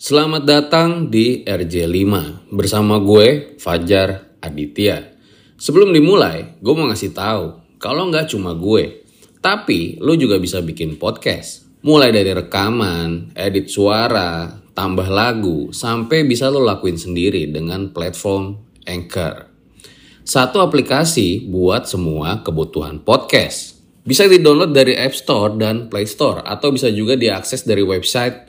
Selamat datang di RJ5 bersama gue Fajar Aditya. Sebelum dimulai, gue mau ngasih tahu kalau nggak cuma gue, tapi lo juga bisa bikin podcast. Mulai dari rekaman, edit suara, tambah lagu, sampai bisa lo lakuin sendiri dengan platform Anchor. Satu aplikasi buat semua kebutuhan podcast. Bisa di-download dari App Store dan Play Store atau bisa juga diakses dari website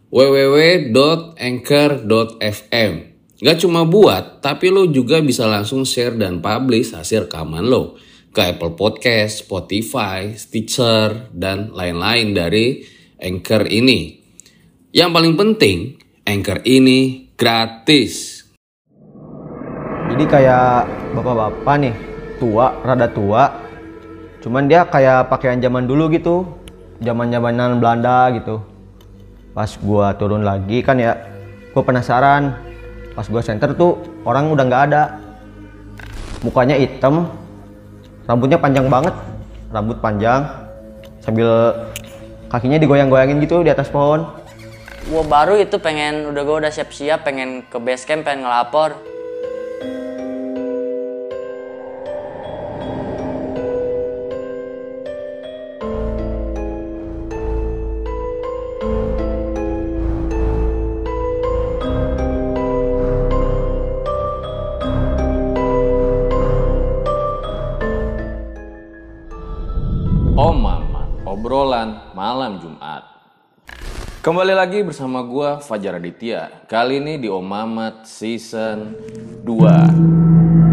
www.anchor.fm. Gak cuma buat, tapi lo juga bisa langsung share dan publish hasil rekaman lo ke Apple Podcast, Spotify, Stitcher, dan lain-lain dari Anchor ini. Yang paling penting, Anchor ini gratis. Jadi kayak bapak-bapak nih, rada tua. Cuman dia kayak pakaian zaman dulu gitu, zaman-zamanan Belanda gitu. Pas gua turun lagi kan ya, gua penasaran. Pas gua center tuh orang udah nggak ada. Mukanya hitam, rambutnya panjang banget, rambut panjang, sambil kakinya digoyang-goyangin gitu di atas pohon. Gua baru itu gua udah siap-siap pengen ke base camp, pengen ngelapor. Obrolan malam Jumat. Kembali lagi bersama gua Fajar Aditya. Kali ini di Om Mamat Season 2.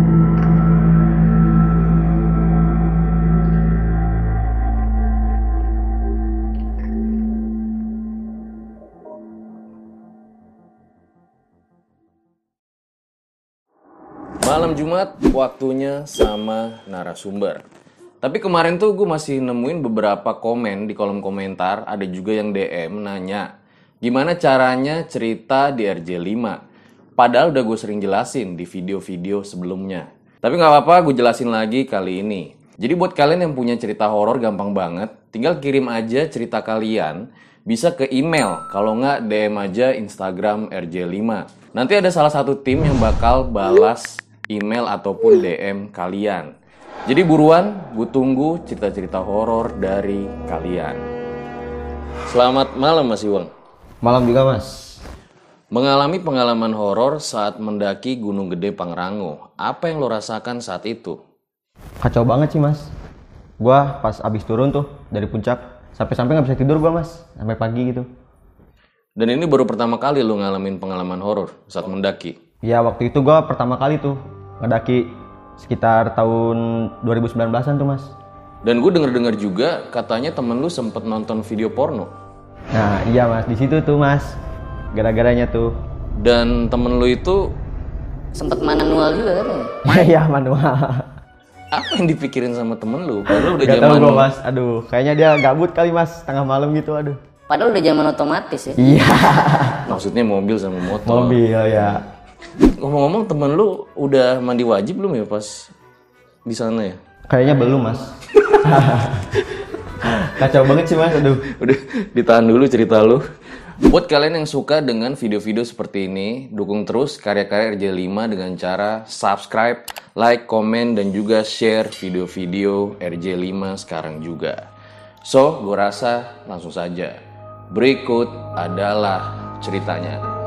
Malam Jumat, waktunya sama narasumber. Tapi kemarin tuh gue masih nemuin beberapa komen di kolom komentar. Ada juga yang DM nanya, gimana caranya cerita di RJ5? Padahal udah gue sering jelasin di video-video sebelumnya. Tapi gak apa-apa, gue jelasin lagi kali ini. Jadi buat kalian yang punya cerita horor gampang banget, tinggal kirim aja cerita kalian. Bisa ke email, kalau nggak DM aja Instagram RJ5. Nanti ada salah satu tim yang bakal balas email ataupun DM kalian. Jadi buruan, gue tunggu cerita-cerita horor dari kalian. Selamat malam Mas Iwang. Malam juga Mas. Mengalami pengalaman horor saat mendaki Gunung Gede Pangrango. Apa yang lo rasakan saat itu? Kacau banget sih Mas. Gua pas abis turun tuh dari puncak, sampai nggak bisa tidur gua Mas, sampai pagi gitu. Dan ini baru pertama kali lo ngalamin pengalaman horor saat mendaki? Ya waktu itu gua pertama kali tuh ngedaki. Sekitar tahun 2019-an tuh Mas. Dan gue denger juga katanya temen lu sempet nonton video porno. Nah iya Mas, di situ tuh Mas, gara-garanya tuh. Dan temen lu itu Sempet manual juga katanya. Iya manual. apa yang dipikirin sama temen lu? Padahal udah Gak zaman. tahu gua Mas, aduh kayaknya dia gabut kali Mas, tengah malam gitu aduh. Padahal udah zaman otomatis ya. Iya. Maksudnya mobil sama motor. Mobil ya. Ngomong-ngomong temen lu udah mandi wajib belum ya pas di sana ya? Kayaknya belum Mas. Kacau banget sih Mas, aduh. Udah ditahan dulu cerita lu. Buat kalian yang suka dengan video-video seperti ini, dukung terus karya-karya RJ5 dengan cara subscribe, like, komen, dan juga share video-video RJ5 sekarang juga. So, gue rasa langsung saja. Berikut adalah ceritanya.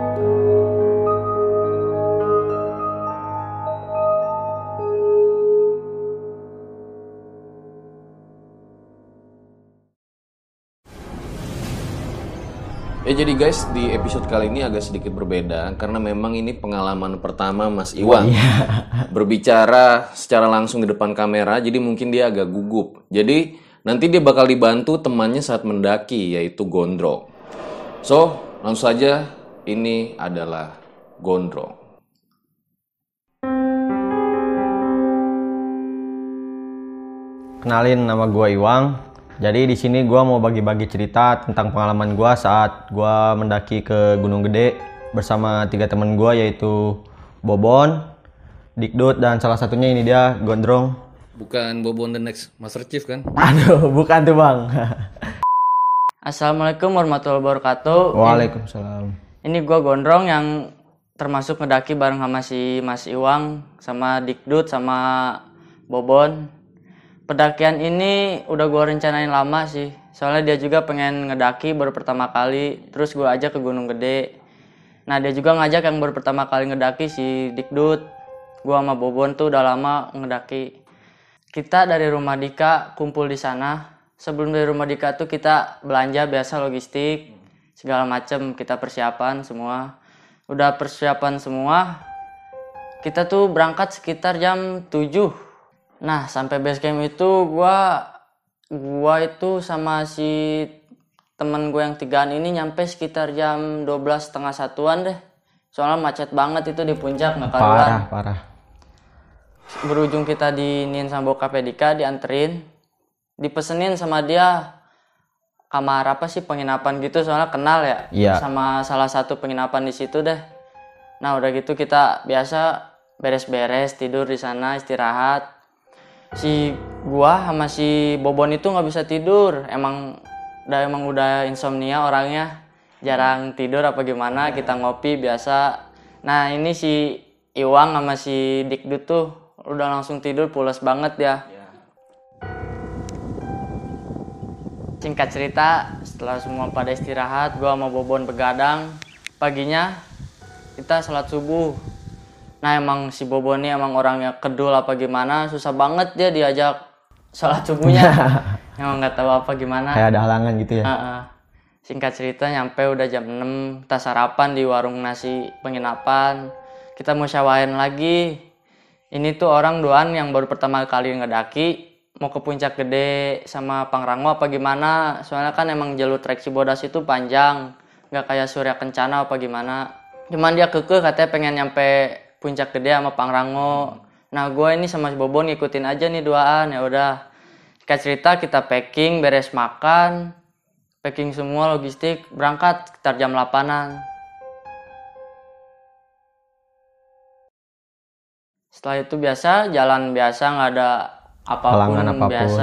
Ya jadi guys, di episode kali ini agak sedikit berbeda karena memang ini pengalaman pertama Mas Iwang. Berbicara secara langsung di depan kamera, jadi mungkin dia agak gugup. Jadi nanti dia bakal dibantu temannya saat mendaki, yaitu Gondrong. So, langsung saja, ini adalah Gondrong. Kenalin, nama gua Iwang. Jadi di sini gua mau bagi-bagi cerita tentang pengalaman gua saat gua mendaki ke Gunung Gede bersama 3 teman gua, yaitu Bobon, Dikdut, dan salah satunya ini dia Gondrong. Bukan Bobon the Next Master Chief kan? Aduh, bukan tuh Bang. Assalamualaikum warahmatullahi wabarakatuh. Waalaikumsalam. Ini gua gondrong yang termasuk ngedaki bareng sama si Mas Iwang, sama Dikdut, sama Bobon. Pendakian ini udah gua rencanain lama sih. Soalnya dia juga pengen ngedaki baru pertama kali, terus gua ajak ke Gunung Gede. Nah, dia juga ngajak yang baru pertama kali ngedaki si Dikdut. Gua sama Bobon tuh udah lama ngedaki. Kita dari rumah Dika kumpul di sana. Sebelum dari rumah Dika tuh kita belanja biasa logistik, segala macem kita persiapan semua. Udah persiapan semua, kita tuh berangkat sekitar jam 7. Nah, sampai base camp itu gua itu sama si temen gue yang tigaan ini nyampe sekitar jam 12 setengah satuan deh. Soalnya macet banget itu di puncak, nggak karuan. Parah. Berujung kita diinin sama bokapnya Dika, dianterin, dipesenin sama dia kamar apa sih, penginapan gitu, soalnya kenal ya. Iya. Sama salah satu penginapan di situ deh. Nah, udah gitu kita biasa beres-beres, tidur di sana, istirahat. Si gua sama si Bobon itu nggak bisa tidur, emang udah insomnia orangnya, jarang tidur apa gimana, kita ngopi biasa. Nah, ini si Iwang sama si Dikdut tuh udah langsung tidur, pules banget ya. Singkat cerita, setelah semua pada istirahat, gua sama Bobon begadang. Paginya kita sholat subuh. Nah, emang si Bobon ini emang orangnya kedul apa gimana, susah banget dia diajak sholat subuhnya. Emang nggak tahu apa gimana. Kayak ada halangan gitu ya. Singkat cerita nyampe udah jam 6, kita sarapan di warung nasi penginapan. Kita musyawarin lagi. Ini tuh orang doan yang baru pertama kali ngedaki, mau ke Puncak Gede sama Pangrango apa gimana. Soalnya kan emang jalur trek Cibodas itu panjang, nggak kayak Surya Kencana apa gimana. Cuman dia kekeh katanya pengen nyampe Puncak Gede sama Pangrango. Nah, gue ini sama si Bobon ngikutin aja nih duaan. Ya udah. Singkat cerita kita packing, beres makan, packing semua logistik, berangkat sekitar jam 8-an. Setelah itu biasa, jalan biasa, nggak ada Halangan apapun. biasa.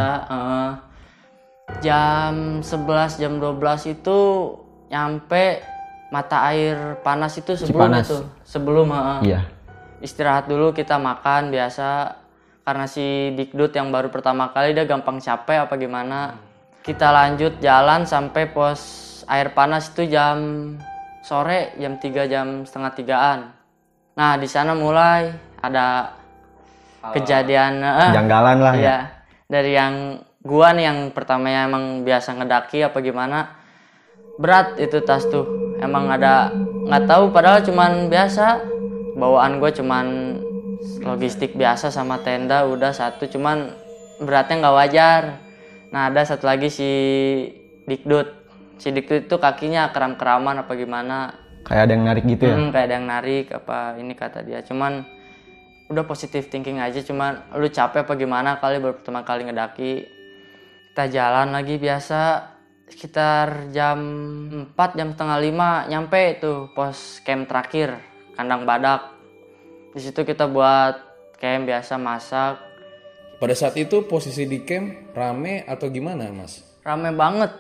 Jam 11, jam 12 itu nyampe mata air panas itu sebelum Cipanas. itu. Sebelum, Iya. istirahat dulu, kita makan biasa. Karena si Dikdut yang baru pertama kali dia gampang capek apa gimana. Kita lanjut jalan sampai pos air panas itu jam sore, jam 3, jam setengah 3-an. Nah, di sana mulai ada kejadian Janggalan lah ya. iya, dari yang gua nih yang pertamanya emang biasa ngedaki apa gimana. Berat itu tas tuh. Emang ada, nggak tahu, padahal cuman biasa. Bawaan gue cuman logistik biasa sama tenda udah satu, cuman beratnya nggak wajar. Nah, ada satu lagi si Dikdut. Si Dikdut itu kakinya keram-keraman apa gimana. Kayak ada yang narik gitu ya. Kayak ada yang narik apa ini kata dia. Cuman udah positive thinking aja, cuman lu capek apa gimana kali baru pertama kali ngedaki. Kita jalan lagi biasa. Sekitar jam 4, jam setengah 5 nyampe tuh pos camp terakhir, Kandang Badak. Di situ kita buat camp biasa, masak. Pada saat itu posisi di camp rame atau gimana, Mas? Rame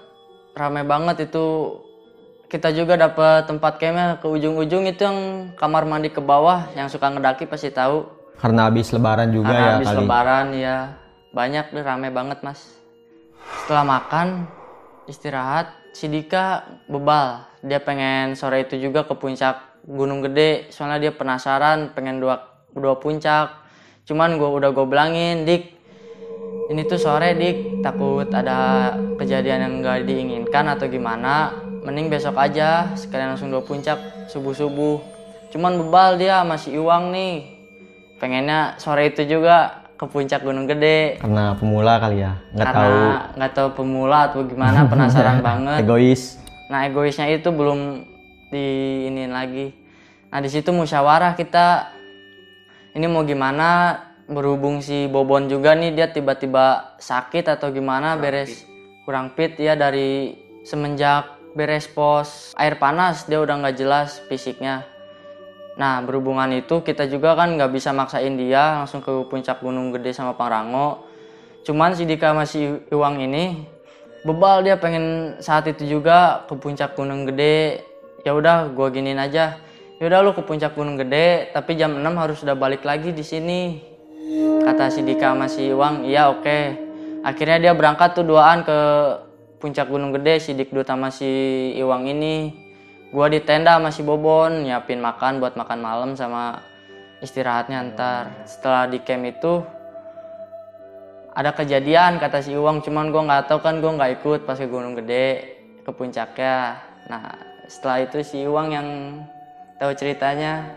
banget itu. Kita juga dapat tempat campnya ke ujung-ujung itu yang kamar mandi ke bawah, yang suka ngedaki pasti tahu. Karena habis lebaran juga Karena ya habis kali. lebaran ya. Banyak deh, rame banget, Mas. Setelah makan, istirahat, si Dika bebal. Dia pengen sore itu juga ke puncak Gunung Gede. Soalnya dia penasaran, pengen dua puncak. Cuman gue bilangin, Dik, ini tuh sore, Dik, takut ada kejadian yang gak diinginkan atau gimana. Mending besok aja, sekalian langsung 2 puncak subuh-subuh. Cuman bebal dia sama si Iwang nih. Pengennya sore itu juga ke puncak Gunung Gede. Karena pemula kali ya. Nggak tahu. Karena nggak tahu pemula atau gimana, penasaran banget. Egois. Nah, egoisnya itu belum diinin lagi. Nah, di situ musyawarah kita. Ini mau gimana, berhubung si Bobon juga nih dia tiba-tiba sakit atau gimana, kurang fit ya, dari semenjak beres pos air panas dia udah nggak jelas fisiknya. Nah, berhubungan itu kita juga kan nggak bisa maksain dia langsung ke puncak Gunung Gede sama Pangrango. Cuman si Dika masih Iwang ini bebal, dia pengen saat itu juga ke puncak Gunung Gede. ya udah gua giniin aja. Ya udah lu ke puncak Gunung Gede, tapi jam 6 harus udah balik lagi di sini. Kata si Dika sama si Iwang, iya oke. Akhirnya dia berangkat tuh duaan ke puncak Gunung Gede, si Dikdut sama si Iwang ini. Gua di tenda sama si Bobon, nyiapin makan buat makan malam sama istirahatnya ntar. Setelah di camp itu ada kejadian kata si Iwang, cuman gua nggak tahu kan, gua nggak ikut pas ke Gunung Gede ke puncaknya. Nah setelah itu si Iwang yang tahu ceritanya.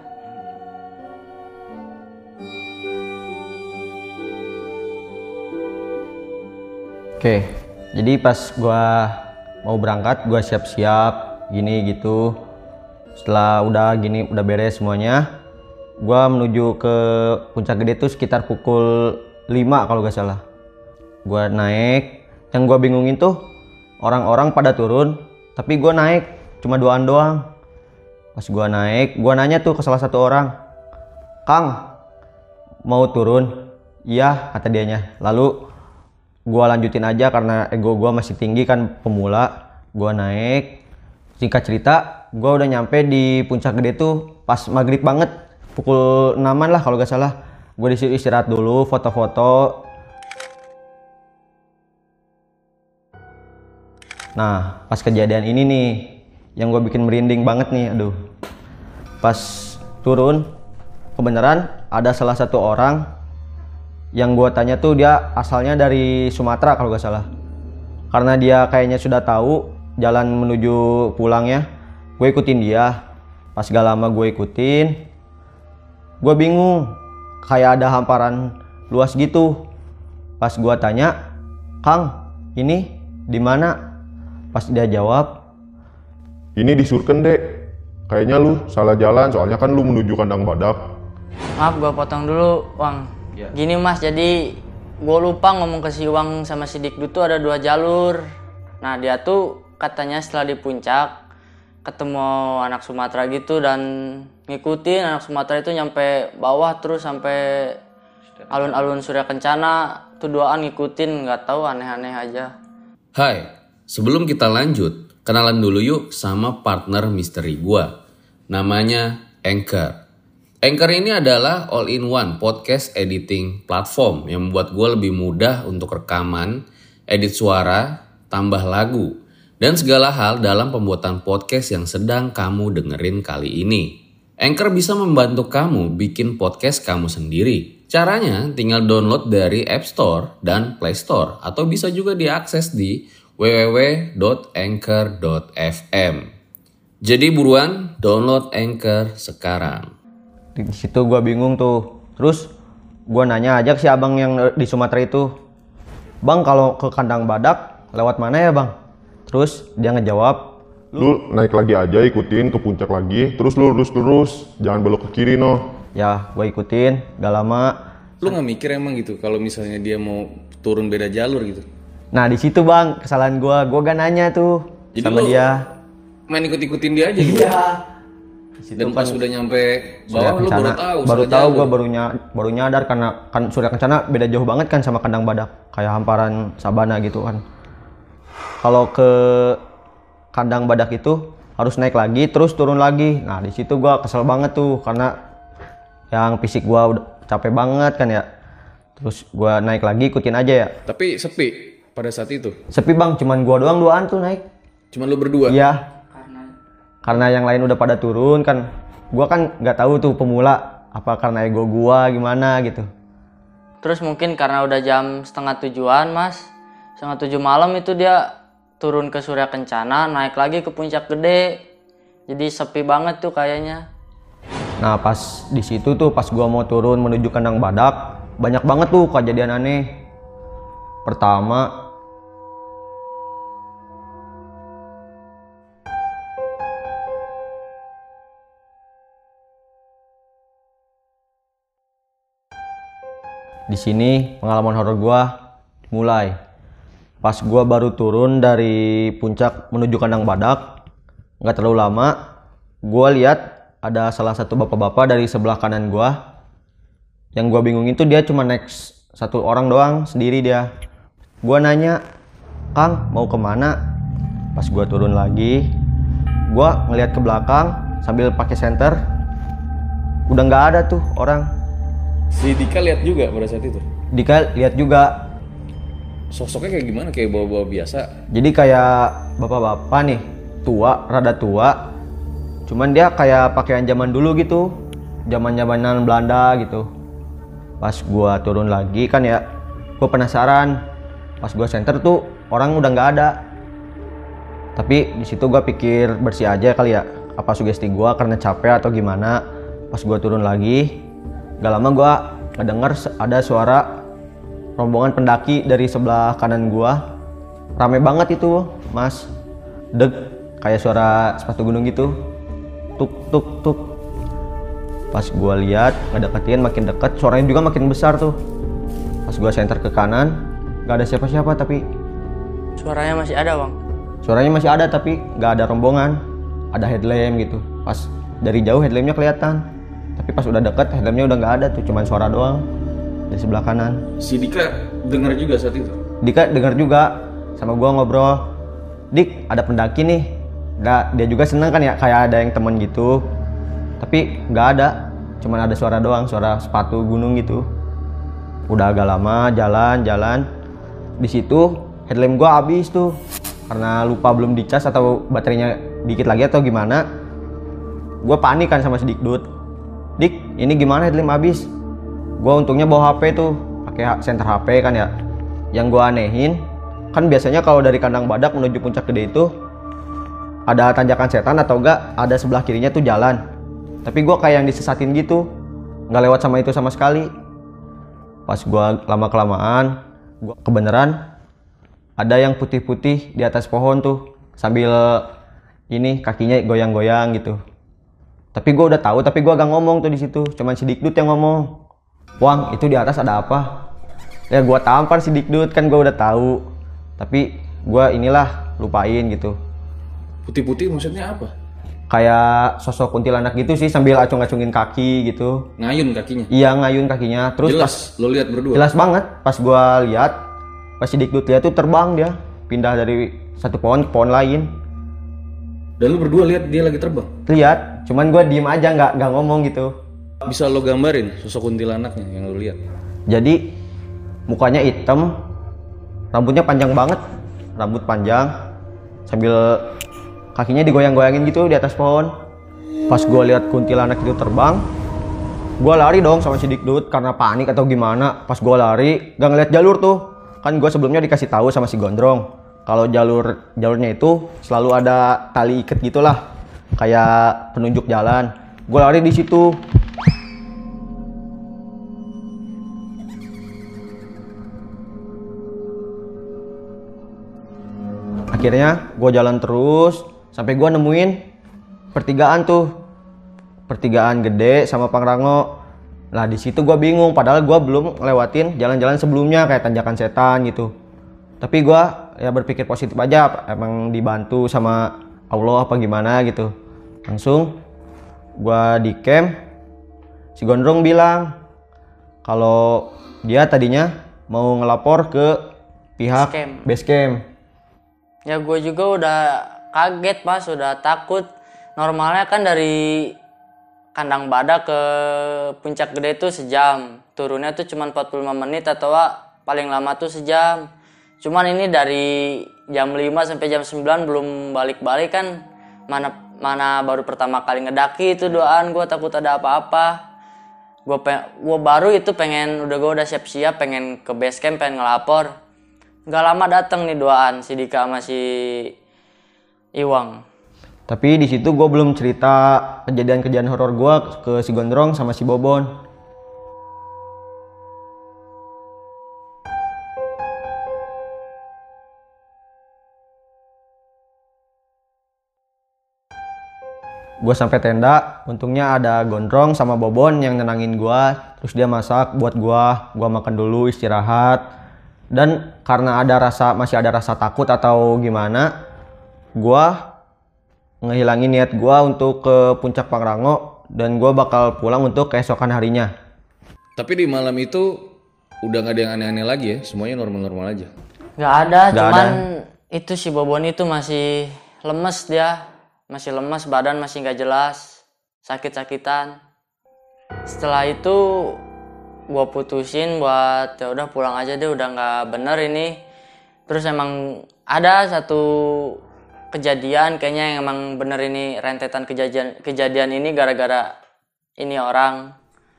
Oke, jadi pas gua mau berangkat, gua siap-siap gini gitu. Setelah udah gini, udah beres semuanya, gua menuju ke puncak gede tuh sekitar pukul 5 kalau gak salah. Gua naik, yang gua bingungin tuh orang-orang pada turun, tapi gua naik cuma duaan doang. Pas gua naik, gua nanya tuh ke salah satu orang, "Kang, mau turun?" "Iya," kata dianya. Lalu gua lanjutin aja karena ego gua masih tinggi kan, pemula. Gua naik, singkat cerita gua udah nyampe di puncak gede tuh pas maghrib banget, pukul 6-an lah kalau gak salah. Gua disitu istirahat dulu, foto-foto. Nah pas kejadian ini nih yang gua bikin merinding banget nih, aduh. Pas turun, kebenaran ada salah satu orang yang gue tanya tuh dia asalnya dari Sumatera kalau gak salah. Karena dia kayaknya sudah tahu jalan menuju pulangnya, gue ikutin dia. Pas gak lama gue ikutin, gue bingung, kayak ada hamparan luas gitu. Pas gue tanya, "Kang, ini di mana?" Pas dia jawab, "Ini di Surken, Dek. Kayaknya lu salah jalan, soalnya kan lu menuju kandang badak." Maaf gua potong dulu, Wang. Gini Mas, jadi gue lupa ngomong ke si Iwang sama si Dikdut tuh ada 2 jalur. Nah dia tuh katanya setelah di puncak ketemu anak Sumatera gitu dan ngikutin anak Sumatera itu nyampe bawah terus sampai alun-alun Surya Kencana tuh duaan ngikutin, nggak tahu aneh-aneh aja. Hai, sebelum kita lanjut, kenalan dulu yuk sama partner misteri gua. Namanya Anchor. Anchor ini adalah all-in-one podcast editing platform yang membuat gue lebih mudah untuk rekaman, edit suara, tambah lagu, dan segala hal dalam pembuatan podcast yang sedang kamu dengerin kali ini. Anchor bisa membantu kamu bikin podcast kamu sendiri. Caranya tinggal download dari App Store dan Play Store atau bisa juga diakses di www.anchor.fm. Jadi buruan download Anchor sekarang. di situ gue bingung tuh. Terus gue nanya aja ke si abang yang di Sumatera itu, "Bang, kalau ke kandang badak lewat mana ya bang?" Terus dia ngejawab, Lu naik lagi aja, ikutin ke puncak lagi, terus lu lurus terus, jangan belok ke kiri noh. ya gue ikutin. Gak lama, Lu nggak mikir emang gitu kalau misalnya dia mau turun beda jalur gitu? nah di situ bang kesalahan gue gak nanya tuh. Jadi sama lu dia. main ikut-ikutin dia aja gitu? Di situ Dan pas kan udah nyampe Surya bawah lu Kencana, baru tahu gue baru nyadar karena kan Surya Kencana beda jauh banget kan sama kandang badak, kayak hamparan sabana gitu kan. Kalau ke kandang badak itu harus naik lagi terus turun lagi. Nah di situ gue kesel banget tuh karena yang fisik gue udah capek banget kan ya. Terus gue naik lagi, ikutin aja ya. Tapi sepi pada saat itu? Sepi bang, cuman gue doang duaan tuh naik. Cuman lu berdua? Iya. Karena yang lain udah pada turun kan, gua kan nggak tahu tuh pemula apa karena ego gua gimana gitu. Terus mungkin karena udah jam 6:30-an Mas, 6:30 malam itu dia turun ke Surya Kencana, naik lagi ke puncak gede. Jadi sepi banget tuh kayaknya. Nah pas di situ tuh pas gua mau turun menuju kandang badak, banyak banget tuh kejadian aneh. Pertama, di sini pengalaman horor gua mulai. Pas gua baru turun dari puncak menuju kandang badak, nggak terlalu lama, gua lihat ada salah satu bapak-bapak dari sebelah kanan gua. Yang gua bingungin tuh dia cuma naik satu orang doang, sendiri dia. Gua nanya, "Kang, mau kemana?" Pas gua turun lagi, Gua ngeliat ke belakang sambil pakai senter, udah nggak ada tuh orang. Si Dika lihat juga pada saat itu. Dika lihat juga. Sosoknya kayak gimana? Kayak bawa-bawa biasa. Jadi kayak bapak-bapak nih, tua, rada tua. Cuman dia kayak pakaian zaman dulu gitu, zaman-zamanan Belanda gitu. Pas gua turun lagi kan ya, gua penasaran. Pas gua senter tuh orang udah nggak ada. Tapi di situ gua pikir bersih aja kali ya. Apa sugesti gua karena capek atau gimana? Pas gua turun lagi, gak lama gua ngedenger ada suara rombongan pendaki dari sebelah kanan gua. Rame banget itu, Mas. Kayak suara sepatu gunung gitu. Tuk tuk tuk. Pas gua lihat, ngedeketin makin deket, suaranya juga makin besar tuh. Pas gua senter ke kanan, gak ada siapa-siapa tapi Suaranya masih ada, Bang. suaranya masih ada tapi gak ada rombongan. Ada headlamp gitu. Pas dari jauh headlampnya kelihatan. Tapi pas udah deket headlampnya udah gak ada tuh, cuman suara doang dari sebelah kanan. Si Dika dengar juga saat itu. Dika dengar juga, sama gua ngobrol. Dik, ada pendaki nih. Dia juga seneng kan ya, kayak ada yang temen gitu. Tapi nggak ada, cuman ada suara doang, suara sepatu gunung gitu. Udah agak lama jalan. Di situ headlamp gua habis tuh, karena lupa belum dicas atau baterainya dikit lagi atau gimana. Gua panik kan sama si Dikdut. Dik, ini gimana headlamp habis? Gua untungnya bawa HP tuh, pakai senter HP kan ya. Yang gua anehin, kan biasanya kalau dari kandang badak menuju puncak gede itu ada tanjakan setan atau enggak ada sebelah kirinya tuh jalan. Tapi gue kayak yang disesatin gitu, nggak lewat sama itu sama sekali. Pas gue lama-kelamaan, gue kebeneran ada yang putih-putih di atas pohon tuh, sambil ini kakinya goyang-goyang gitu. Tapi gue udah tahu, tapi gue gak ngomong tuh di situ, cuman si Dikdut yang ngomong. Wang, itu di atas ada apa? Ya gue tampar si Dikdut, kan gue udah tahu. Tapi gue inilah lupain gitu. Putih-putih maksudnya apa? Kayak sosok kuntilanak gitu sih, sambil acung-acungin kaki gitu. Ngayun kakinya? Iya, ngayun kakinya. Terus jelas lo lihat berdua? Jelas banget. Pas gua lihat, pas si Dikdut lihat tuh terbang dia, pindah dari satu pohon ke pohon lain. Dan lu berdua lihat dia lagi terbang? Lihat, cuman gua diem aja, nggak ngomong gitu. Bisa lo gambarin sosok kuntilanaknya yang lo lihat? Jadi mukanya hitam, rambutnya panjang banget, rambut panjang, sambil kakinya digoyang-goyangin gitu di atas pohon. Pas gue lihat kuntilanak itu terbang, gue lari dong sama si Dikdut karena panik atau gimana. Pas gue lari, gak ngeliat jalur tuh. Kan gue sebelumnya dikasih tahu sama si Gondrong kalau jalurnya itu selalu ada tali iket gitulah, kayak penunjuk jalan. Gue lari di situ. Akhirnya gue jalan terus sampai gue nemuin pertigaan tuh, pertigaan gede sama Pangrango. Nah di situ gue bingung, padahal gue belum ngelewatin jalan-jalan sebelumnya kayak tanjakan setan gitu. Tapi gue ya berpikir positif aja, emang dibantu sama Allah apa gimana gitu. Langsung gue di camp, si Gondrong bilang kalau dia tadinya mau ngelapor ke pihak base camp. Ya gue juga udah kaget Mas, udah takut. Normalnya kan dari kandang badak ke puncak gede itu sejam. Turunnya tuh cuma 45 menit atau paling lama tuh sejam. Cuman ini dari jam 5 sampai jam 9 belum balik-balik kan. Mana baru pertama kali ngedaki itu doaan, gue takut ada apa-apa. Gue baru itu gue udah siap-siap pengen ke base camp, pengen ngelapor. Gak lama datang nih doaan si Dika sama si Iwang. Tapi di situ gue belum cerita kejadian-kejadian horor gue ke si Gondrong sama si Bobon. Gue sampai tenda, untungnya ada Gondrong sama Bobon yang nenangin gue. Terus dia masak buat gue makan dulu, istirahat. Dan karena masih ada rasa takut atau gimana, gue ngehilangin niat gue untuk ke puncak Pangrango dan gue bakal pulang untuk keesokan harinya. Tapi di malam itu udah gak ada yang aneh-aneh lagi ya, semuanya normal-normal aja. Gak ada, cuman itu si Bobon itu masih lemes dia. masih lemas, badan masih nggak jelas, sakit-sakitan. Setelah itu gue putusin buat ya udah pulang aja deh, udah nggak bener ini. Terus emang ada satu kejadian kayaknya yang emang bener ini rentetan kejadian ini gara-gara ini orang.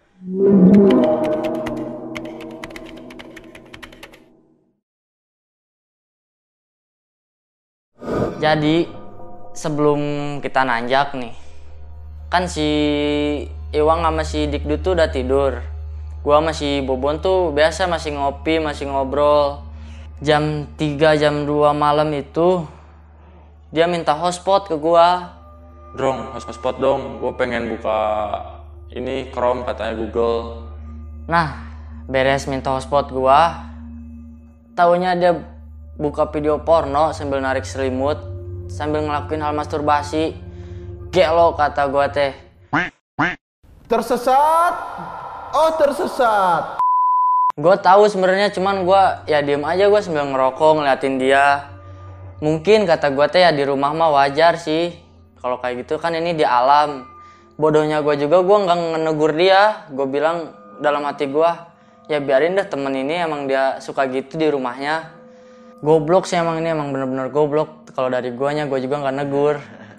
Jadi sebelum kita nanjak nih, kan si Iwang sama si Dikdut tuh udah tidur. Gua sama si Bobon tuh biasa masih ngopi, masih ngobrol. Jam 3, jam 2 malam itu dia minta hotspot ke gua. Drong, hotspot dong, gue pengen buka ini Chrome katanya Google. Nah, beres minta hotspot gua, taunya dia buka video porno sambil narik selimut, sambil ngelakuin hal masturbasi. Gelo kata gua teh. Tersesat? Oh, tersesat. Gue tahu sebenarnya, cuman gue ya diem aja, gue sambil ngerokok ngeliatin dia. Mungkin kata gue teh ya di rumah mah wajar sih kalau kayak gitu, kan ini di alam. Bodohnya gue juga, gue nggak menegur dia. Gue bilang dalam hati gue, ya biarin deh, temen ini emang dia suka gitu di rumahnya. Goblok sih emang, ini emang bener-bener goblok. Kalau dari guanya gue juga nggak negur.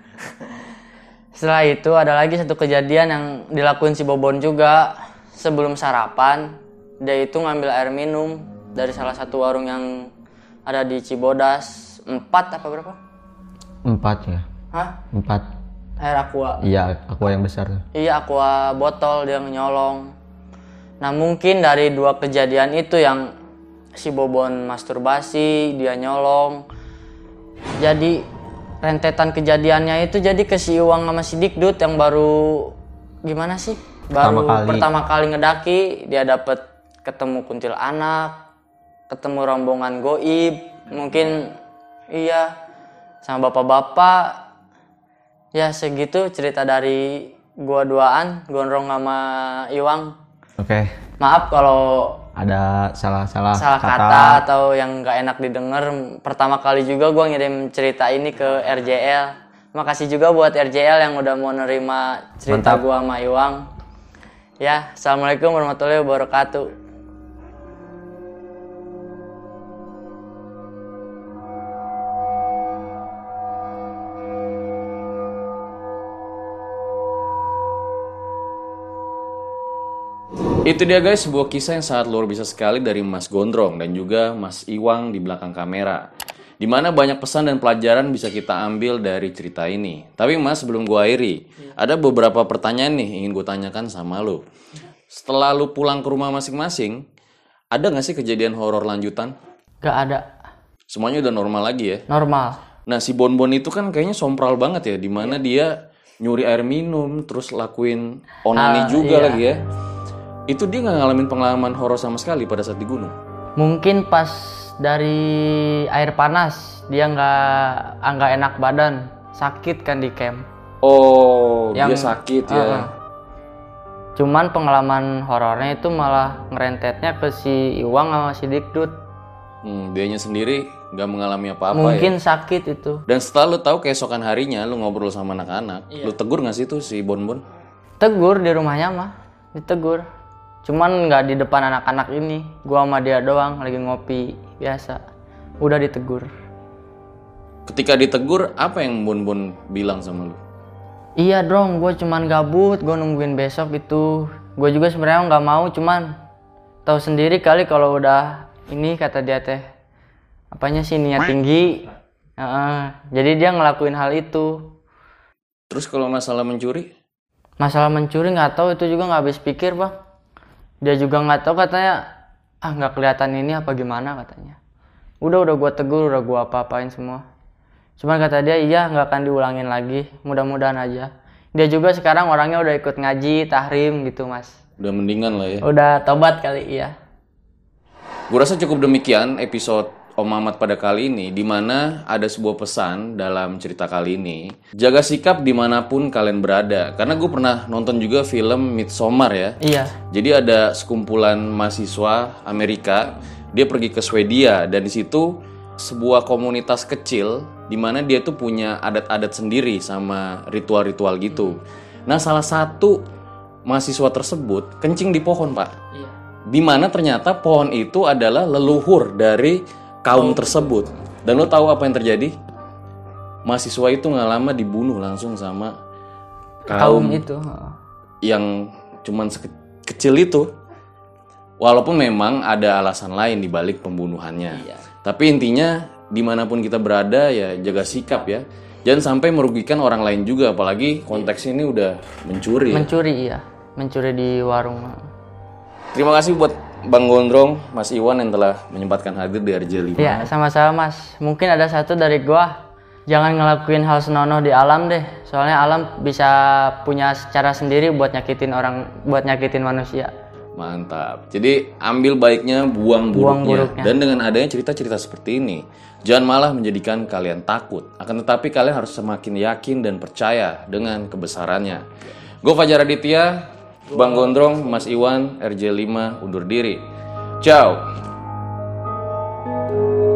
Setelah itu ada lagi satu kejadian yang dilakuin si Bobon juga. Sebelum sarapan, dia itu ngambil air minum dari salah satu warung yang ada di Cibodas. 4 apa berapa? 4 ya. Hah? 4. Air aqua. Iya, aqua yang besar tuh. Iya, aqua botol dia nyolong. Nah, mungkin dari 2 kejadian itu yang si Bobon masturbasi, dia nyolong. Jadi rentetan kejadiannya itu jadi ke si Iwang sama si Dikdut yang baru gimana sih? Baru pertama kali ngedaki, dia dapet ketemu kuntilanak, ketemu rombongan goib, mungkin iya, sama bapak-bapak. Ya segitu cerita dari gua duaan, Gondrong sama Iwang. Oke. Maaf kalau Ada salah kata atau yang nggak enak didengar. Pertama kali juga gua ngirim cerita ini ke RJL. Makasih juga buat RJL yang udah mau nerima cerita gua sama Iwang. Ya, assalamualaikum warahmatullahi wabarakatuh. Itu dia guys, sebuah kisah yang sangat luar biasa sekali dari Mas Gondrong dan juga Mas Iwang di belakang kamera. Dimana banyak pesan dan pelajaran bisa kita ambil dari cerita ini. Tapi Mas, sebelum gua akhiri, ada beberapa pertanyaan nih ingin gue tanyakan sama lo. Setelah lu pulang ke rumah masing-masing, ada gak sih kejadian horor lanjutan? Gak ada. Semuanya udah normal lagi ya? Normal. Nah, si Bonbon itu kan kayaknya sompral banget ya, dimana dia nyuri air minum, terus lakuin onani juga lagi ya. Itu dia gak ngalamin pengalaman horor sama sekali pada saat di gunung? Mungkin pas dari air panas, dia nggak enak badan, sakit kan di camp. Oh, dia sakit ya. Cuman pengalaman horornya itu malah ngerentetnya ke si Iwang sama si Dikdut. Dianya sendiri nggak mengalami apa-apa. Mungkin ya? sakit itu. Dan setelah lu tahu keesokan harinya lu ngobrol sama anak-anak, lu tegur nggak sih tuh si Bonbon? Tegur di rumahnya mah, ditegur. Cuman nggak di depan anak-anak ini. Gua sama dia doang lagi ngopi biasa. Udah ditegur. Ketika ditegur, apa yang Bonbon bilang sama lu? Iya dong, gue cuman gabut, gue nungguin besok itu. Gue juga sebenarnya nggak mau, cuman tahu sendiri kali kalau udah ini, kata dia teh, apanya sih, niat tinggi. Jadi dia ngelakuin hal itu. Terus kalau masalah mencuri? Masalah mencuri nggak tahu, itu juga nggak habis pikir bang. Dia juga nggak tahu, katanya nggak kelihatan ini apa gimana katanya. Udah gue tegur, udah gue apa-apain semua. Cuman kata dia iya nggak akan diulangin lagi, mudah-mudahan aja. Dia juga sekarang orangnya udah ikut ngaji, tahrim gitu mas. Udah mendingan lah ya. Udah tobat kali, iya. Gue rasa cukup demikian episode Om Mamat pada kali ini, dimana ada sebuah pesan dalam cerita kali ini. Jaga sikap dimanapun kalian berada. Karena gue pernah nonton juga film Midsommar ya. Iya. Jadi ada sekumpulan mahasiswa Amerika, dia pergi ke Swedia dan di situ sebuah komunitas kecil di mana dia tuh punya adat-adat sendiri sama ritual-ritual gitu. Nah, salah satu mahasiswa tersebut kencing di pohon, Pak. Iya. Di mana ternyata pohon itu adalah leluhur dari kaum tersebut. Dan lo tahu apa yang terjadi? Mahasiswa itu nggak lama dibunuh langsung sama Kaum itu. yang cuman kecil itu. Walaupun memang ada alasan lain di balik pembunuhannya. Iya. Tapi intinya dimanapun kita berada ya jaga sikap ya. Jangan sampai merugikan orang lain juga. Apalagi konteksnya ini udah mencuri. Mencuri iya. Mencuri di warung. Terima kasih buat Bang Gondrong, Mas Iwan yang telah menyempatkan hadir di RJ5. Iya, sama-sama Mas. Mungkin ada satu dari gua. Jangan ngelakuin hal senonoh di alam deh. Soalnya alam bisa punya cara sendiri buat nyakitin manusia. Mantap. Jadi ambil baiknya, buang buruknya. buruknya. Dan dengan adanya cerita-cerita seperti ini, jangan malah menjadikan kalian takut. Akan tetapi kalian harus semakin yakin dan percaya dengan kebesarannya. Gue Fajar Aditya, Bang Gondrong, Mas Iwan, RJ5 undur diri. Ciao.